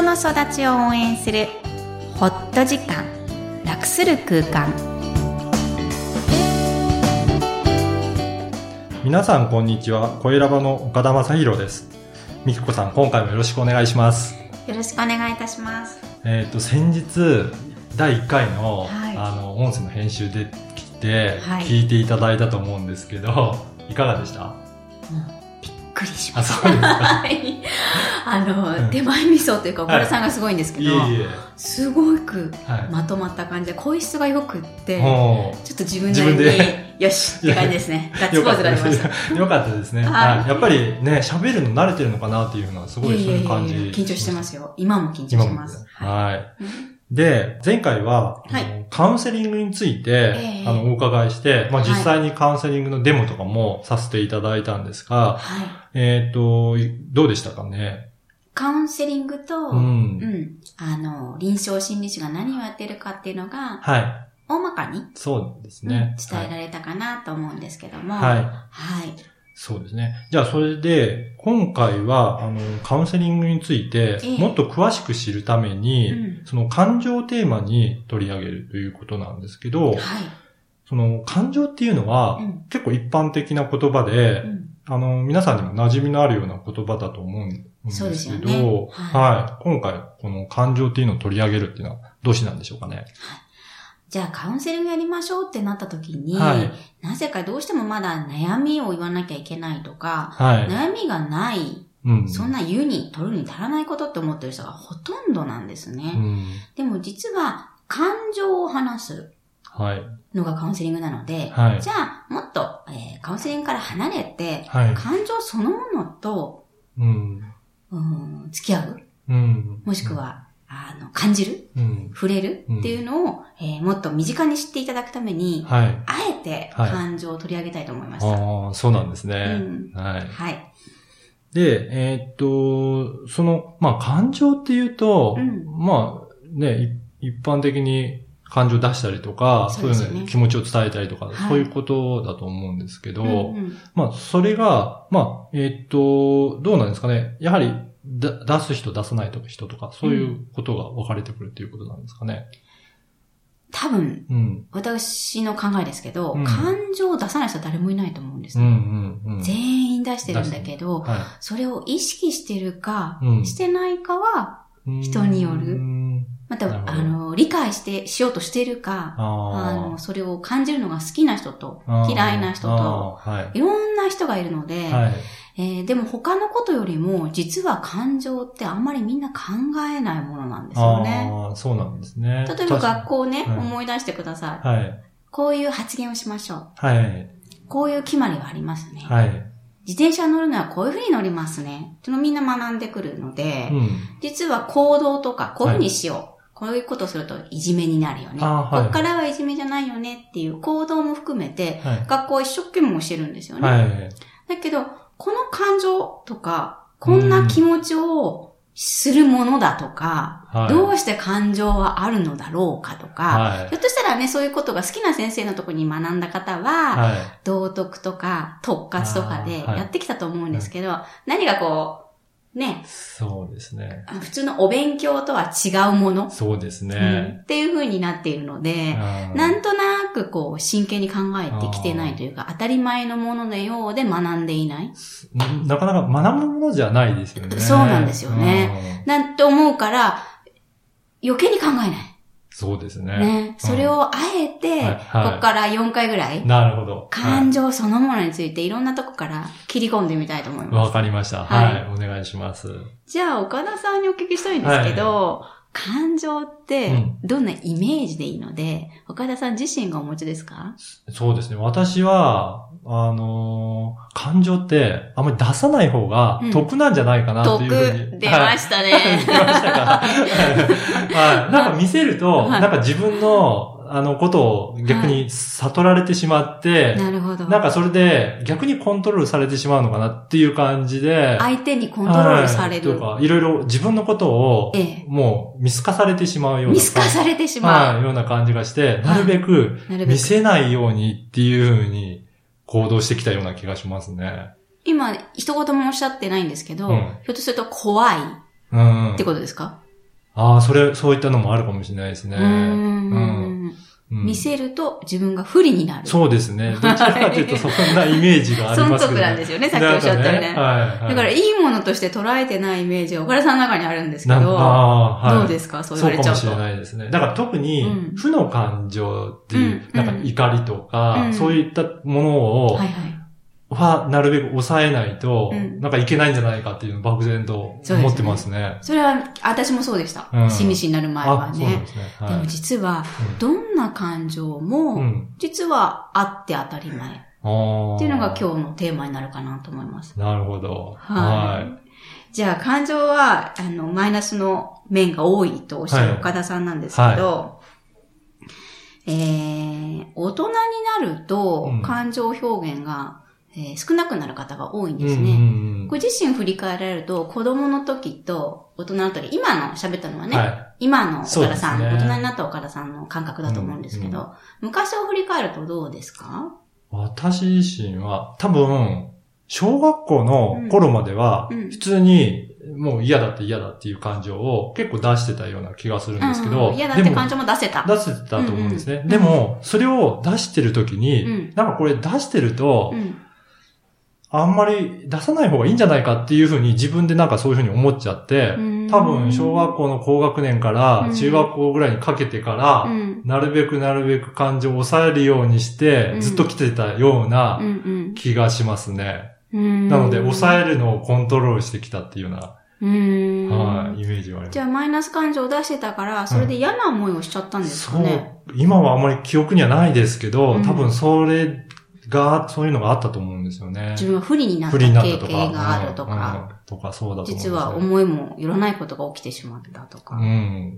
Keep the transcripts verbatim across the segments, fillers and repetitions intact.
人の育ちを応援するホット時間、楽する空間。 皆さんこんにちは。声ラバの岡田正宏です。みきこさん、今回もよろしくお願いします。 よろしくお願いいたします。 えっと先日だいいっかいの、 はい、あの音声の編集できて、 はい、 聞いていただいたと思うんですけど、いかがでした？ もうびっくりしました。 あ、そうですか。 はい。あの、うん、手前味噌というか岡田さんがすごいんですけど、はい、いえいえすごくまとまった感じで声質が良くって、はい、ちょっと自分なりによしって感じですね。ガッツポーズが出ました。 よかったですね。はいはい、やっぱりね、喋るの慣れてるのかなっていうのはすごいそういう感じ。いやいやいや緊張してますよ。今も緊張してます。 はい。はいで、前回は、はい、カウンセリングについて、えー、あの、お伺いして、まあ、実際にカウンセリングのデモとかもさせていただいたんですが、はい、えっと、どうでしたかね？ カウンセリングと、うん、うん、あの、臨床心理士が何をやってるかっていうのが、はい。大まかに、 そうですね、 うん。伝えられたかなと思うんですけども、 はい。 はい。 そうですね。じゃあ、それで、今回は、あの、カウンセリングについて、もっと詳しく知るために、えーうん、その感情をテーマに取り上げるということなんですけど、はい、その感情っていうのは、うん、結構一般的な言葉で、うん、あの、皆さんにも馴染みのあるような言葉だと思うんですけど、そうですよね。はい、はい。今回、この感情っていうのを取り上げるっていうのは、どうしてなんでしょうかね。はい、 じゃあカウンセリングやりましょうってなった時に、はい、なぜかどうしてもまだ悩みを言わなきゃいけないとか、はい、悩みがない、うん、そんな言うに取るに足らないことって思ってる人がほとんどなんですね。うん、でも実は感情を話すのがカウンセリングなので、はい、じゃあもっと、えー、カウンセリングから離れて、はい、感情そのものと、うんうん、付き合う、うん、もしくは、あの、感じる、うん、触れるっていうのを、うんえー、もっと身近に知っていただくために、はい、あえて感情を取り上げたいと思いました。 はい、ああ、そうなんですね。うん、はい。はい。で、えー、っと、その、まあ、感情っていうと、うん、まあ、ね、一般的に感情を出したりとか、そうですね、そういうの気持ちを伝えたりとか、はい、そういうことだと思うんですけど、うんうん、まあ、それが、まあ、えー、っと、どうなんですかね。やはり、だ出す人出さない人とか、そういうことが分かれてくるっていうことなんですかね。 多分、うん、私の考えですけど、うん、感情を出さない人は誰もいないと思うんですね。うんうんうん、全員出してるんだけど、はい、それを意識してるか、うん、してないかは人による。また、あの、理解して、しようとしてるか、あの、それを感じるのが好きな人と、嫌いな人と、はい、いろんな人がいるので、はいえー、でも他のことよりも、実は感情ってあんまりみんな考えないものなんですよね。 ああ、そうなんですね。 例えば学校ね、はい、思い出してください。はい。こういう発言をしましょう。はい。こういう決まりがありますね。はい。自転車乗るのはこういうふうに乗りますね。そのみんな学んでくるので、うん、実は行動とかこういうふうにしよう。はい、こういうことをするといじめになるよね。はい、こっからはいじめじゃないよねっていう行動も含めて、はい、学校は一生懸命教えるんですよね。はい、だけど、この感情とか、こんな気持ちをするものだとか、はい、どうして感情はあるのだろうかとか、はい、ひょっとしたらね、そういうことが好きな先生のところに学んだ方は、はい、道徳とか特活とかでやってきたと思うんですけど、はい、何がこう、ね。 そうですね。 普通のお勉強とは違うもの。 そうですね。 うん、っていう風になっているので、なんとなくこう真剣に考えてきてないというか、当たり前のもののようで学んでいない。 なかなか学ぶものじゃないですよね。 そうなんですよね。なんて思うから、余計に考えない。 そうですね。 ね。それをあえて、はいはい、ここからよんかいぐらい。 なるほど。 感情そのものについていろんなとこから切り込んでみたいと思います。 わかりました。はい、はい。お願いします。 じゃあ、岡田さんにお聞きしたいんですけど、はい、感情ってどんなイメージでいいので、うん、岡田さん自身がお持ちですか？ そうですね。私は、あのー、感情ってあんまり出さない方が得なんじゃないかなっていうふうに。 うん、得出ましたね。はい、 出ましたか。はい。なんか見せると、はい、なんか自分のあのことを逆に悟られてしまって、はい、なるほど。なんかそれで逆にコントロールされてしまうのかなっていう感じで。 相手にコントロールされる。 はい、とか、いろいろ自分のことを、もう見透かされてしまうような。 見透かされてしまう。 はい、ような感じがして、なるべく見せないようにっていうふうに行動してきたような気がしますね。 今、一言もおっしゃってないんですけど、うん、ひょっとすると怖いってことですか？ ああ、それ、そういったのもあるかもしれないですね。うんうんうん、見せると自分が不利になる。 そうですね。どちらかというとそんなイメージがありますけど、ね。 損得なんですよね、さっきおっしゃったよね。ねはいはい、だからいいものとして捉えてないイメージが岡田さんの中にあるんですけど、あ、はい、どうですかそう言われちゃうと。 そうかもしれないですね。だから特に負の感情っていう、うん、なんか怒りとか、うん、そういったものを、はいはいは、なるべく抑えないと、うん、なんかいけないんじゃないかっていうのを漠然と思ってますね。 それは、私もそうでした。うん、心理師になる前はね。そうですね。はい、でも実は、どんな感情も、実はあって当たり前。っていうのが今日のテーマになるかなと思います。 なるほど。 はい。はい、じゃあ、感情は、あの、マイナスの面が多いとおっしゃる岡田さんなんですけど、はいはい、えー、大人になると、感情表現が、えー、少なくなる方が多いんですね。うんうんうん、ご自身振り返られると、子供の時と大人の時、今の喋ったのはね、はい、今の岡田さん、ね、大人になった岡田さんの感覚だと思うんですけど、うんうん、昔を振り返るとどうですか？ 私自身は、多分、小学校の頃までは、普通に、もう嫌だって嫌だっていう感情を結構出してたような気がするんですけど、 うん、嫌だって感情も出せた。 出せたと思うんですね。うんうん、でも、それを出してる時に、うん、なんかこれ出してると、うんあんまり出さない方がいいんじゃないかっていうふうに自分でなんかそういうふうに思っちゃって、多分小学校の高学年から中学校ぐらいにかけてから、なるべくなるべく感情を抑えるようにしてずっと来てたような気がしますね。なので抑えるのをコントロールしてきたっていうような、 うんはい、イメージはあります。 じゃあマイナス感情を出してたから、それで嫌な思いをしちゃったんですかね、 うん、そう、今はあんまり記憶にはないですけど、多分それ、が、そういうのがあったと思うんですよね。 自分は不利になった経験があるとか。 うんうん、とかそうだと思うんです、ね、 実は思いもよらないことが起きてしまったとか。 うん。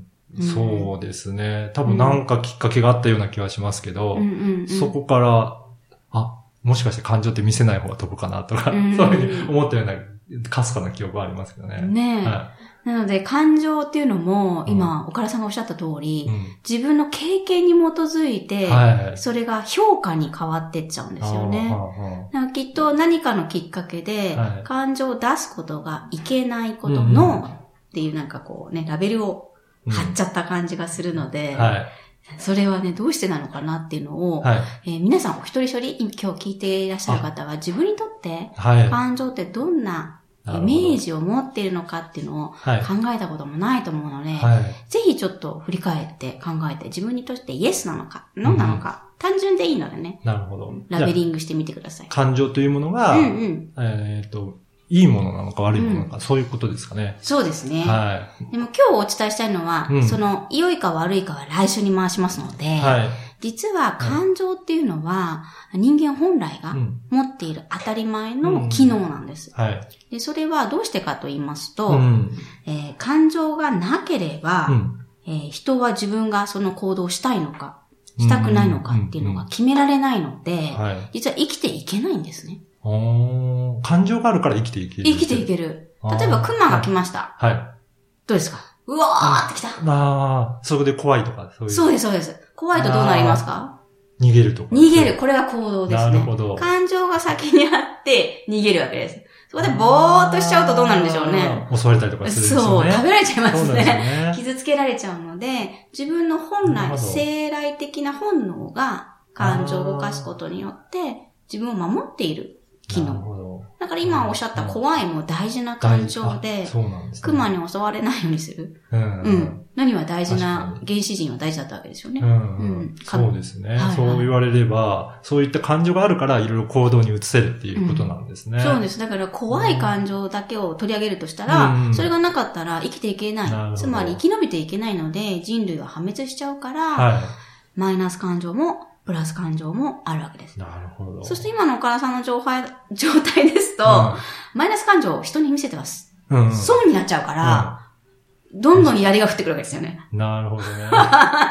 そうですね。多分なんかきっかけがあったような気はしますけど、うんうんうん、そこから、あ、もしかして感情って見せない方が飛ぶかなとか、うんうん、そういうふうに思ったような、かすかな記憶はありますけどね。 ねえ。はい、なので、感情っていうのも、今、うん、岡田さんがおっしゃった通り、うん、自分の経験に基づいて、はいはい、それが評価に変わってっちゃうんですよね。だからきっと何かのきっかけで、はい、感情を出すことがいけないことの、うんうん、っていうなんかこうね、ラベルを貼っちゃった感じがするので、うんはい、それはね、どうしてなのかなっていうのを、はいえー、皆さんお一人一人、今日聞いていらっしゃる方は、自分にとって、感情ってどんなイメージを持っているのかっていうのを考えたこともないと思うので、はい、ぜひちょっと振り返って考えて自分にとってイエスなのか、ノーなのか、うん、単純でいいのでね。 なるほど。 ラベリングしてみてください。 感情というものが、うんうん、えっと、いいものなのか悪いものなのか、うん、そういうことですかね。 そうですね。はい。でも今日お伝えしたいのは、うん、その、良いか悪いかは来週に回しますので、はい。実は感情っていうのは、うん、人間本来が持っている当たり前の機能なんです。うん、はい。で、それはどうしてかと言いますと、うんえー、感情がなければ、うんえー、人は自分がその行動をしたいのか、したくないのかっていうのが決められないので、はい、実は生きていけないんですね。 感情があるから生きていける。 生きていける。例えば、熊が来ました。はい。はい、どうですか？うわーって来た。 ああ、そこで怖いとか、 そういう。そうです、そうです。怖いとどうなりますか？ 逃げるとか。 逃げる。これが行動ですね。 なるほど。 感情が先にあって逃げるわけです。そこでぼーっとしちゃうとどうなるんでしょうね。 襲われたりとかするんですよね。 そう、食べられちゃいますね。ね傷つけられちゃうので、自分の本来、生来的な本能が感情を動かすことによって、自分を守っている機能。だから今おっしゃった怖いも大事な感情で、熊に襲われないようにする。うん。うん。何は大事な、原始人は大事だったわけですよね。うん。 うん、そうですね、はいはい。そう言われれば、そういった感情があるからいろいろ行動に移せるっていうことなんですね。 うん、そうです。だから怖い感情だけを取り上げるとしたら、うん、それがなかったら生きていけない。つまり生き延びていけないので、人類は破滅しちゃうから、はい、マイナス感情も、プラス感情もあるわけです。 なるほど。 そして今の岡田さんの状態、状態ですと、うん、マイナス感情を人に見せてます。うん、損になっちゃうから、うん、どんどん槍が降ってくるわけですよね。 なるほどね。 はい。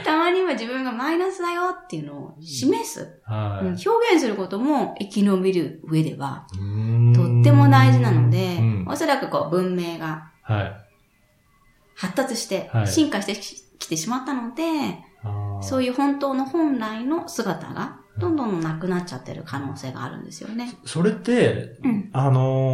たまには自分がマイナスだよっていうのを示す。はい、表現することも生き延びる上では、とっても大事なので、うん、おそらくこう文明が発達して進化してきてしまったので、はい、そういう本当の本来の姿がどんどんなくなっちゃってる可能性があるんですよね。 それって、うん、あの、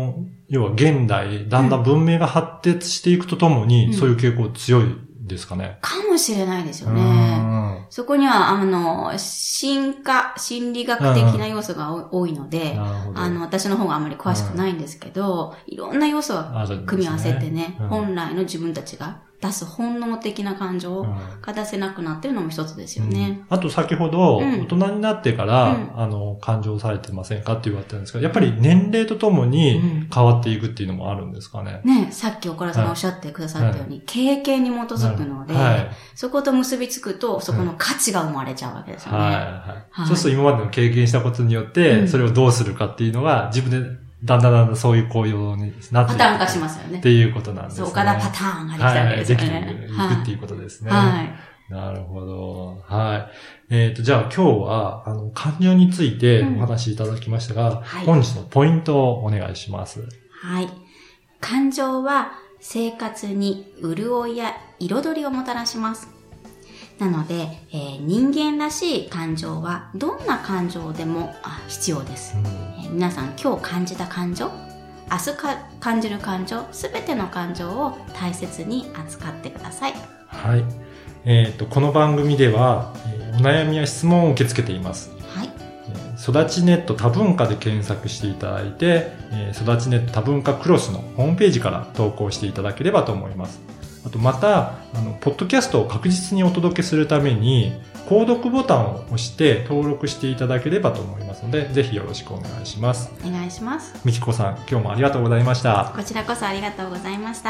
要は現代、だんだん文明が発達していくとともに、うん、そういう傾向強いですかね。 かもしれないですよね。そこには、あの、進化、心理学的な要素が多いので、あの、私の方があまり詳しくないんですけど、いろんな要素を組み合わせてね、ね本来の自分たちが出す本能的な感情が出せなくなってるのも一つですよね。 うん、あと先ほど、うん、大人になってから、うん、あの、感情されてませんかって言われてるんですけど、やっぱり年齢とともに変わっていくっていうのもあるんですかね。 うん、ね、さっき岡田さんがおっしゃってくださったように、はい、経験に基づくので、はい、そこと結びつくと、そこの価値が生まれちゃうわけですよね。はいはいはい、そうすると今までの経験したことによって、それをどうするかっていうのが、自分でだんだんだんだんそういう行動になっていく。 パターン化しますよね。 っていうことなんですね。 そう、岡田パターンができたわけですよね。はい、できていくっていうことですね。はい。なるほど。はい。えっ、ー、と、じゃあ今日は、あの、感情についてお話しいただきましたが、うんはい、本日のポイントをお願いします。 はい。感情は生活に潤いや彩りをもたらします。なので、えー、人間らしい感情はどんな感情でも必要です、うんえー、皆さん今日感じた感情、明日か感じる感情、すべての感情を大切に扱ってください。 はい。えっと、この番組では、えー、お悩みや質問を受け付けています。 はい。 えー、育ちネット多文化で検索していただいて、えー、育ちネット多文化クロスのホームページから投稿していただければと思います。あとまた、あの、ポッドキャストを確実にお届けするために、購読ボタンを押して登録していただければと思いますので、ぜひよろしくお願いします。 お願いします。 みきこさん、今日もありがとうございました。 こちらこそありがとうございました。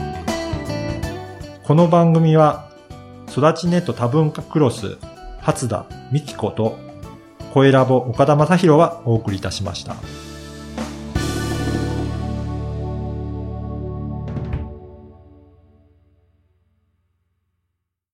この番組は、育ちネット多文化クロス、初田みきこと、声ラボ岡田正宏はお送りいたしました。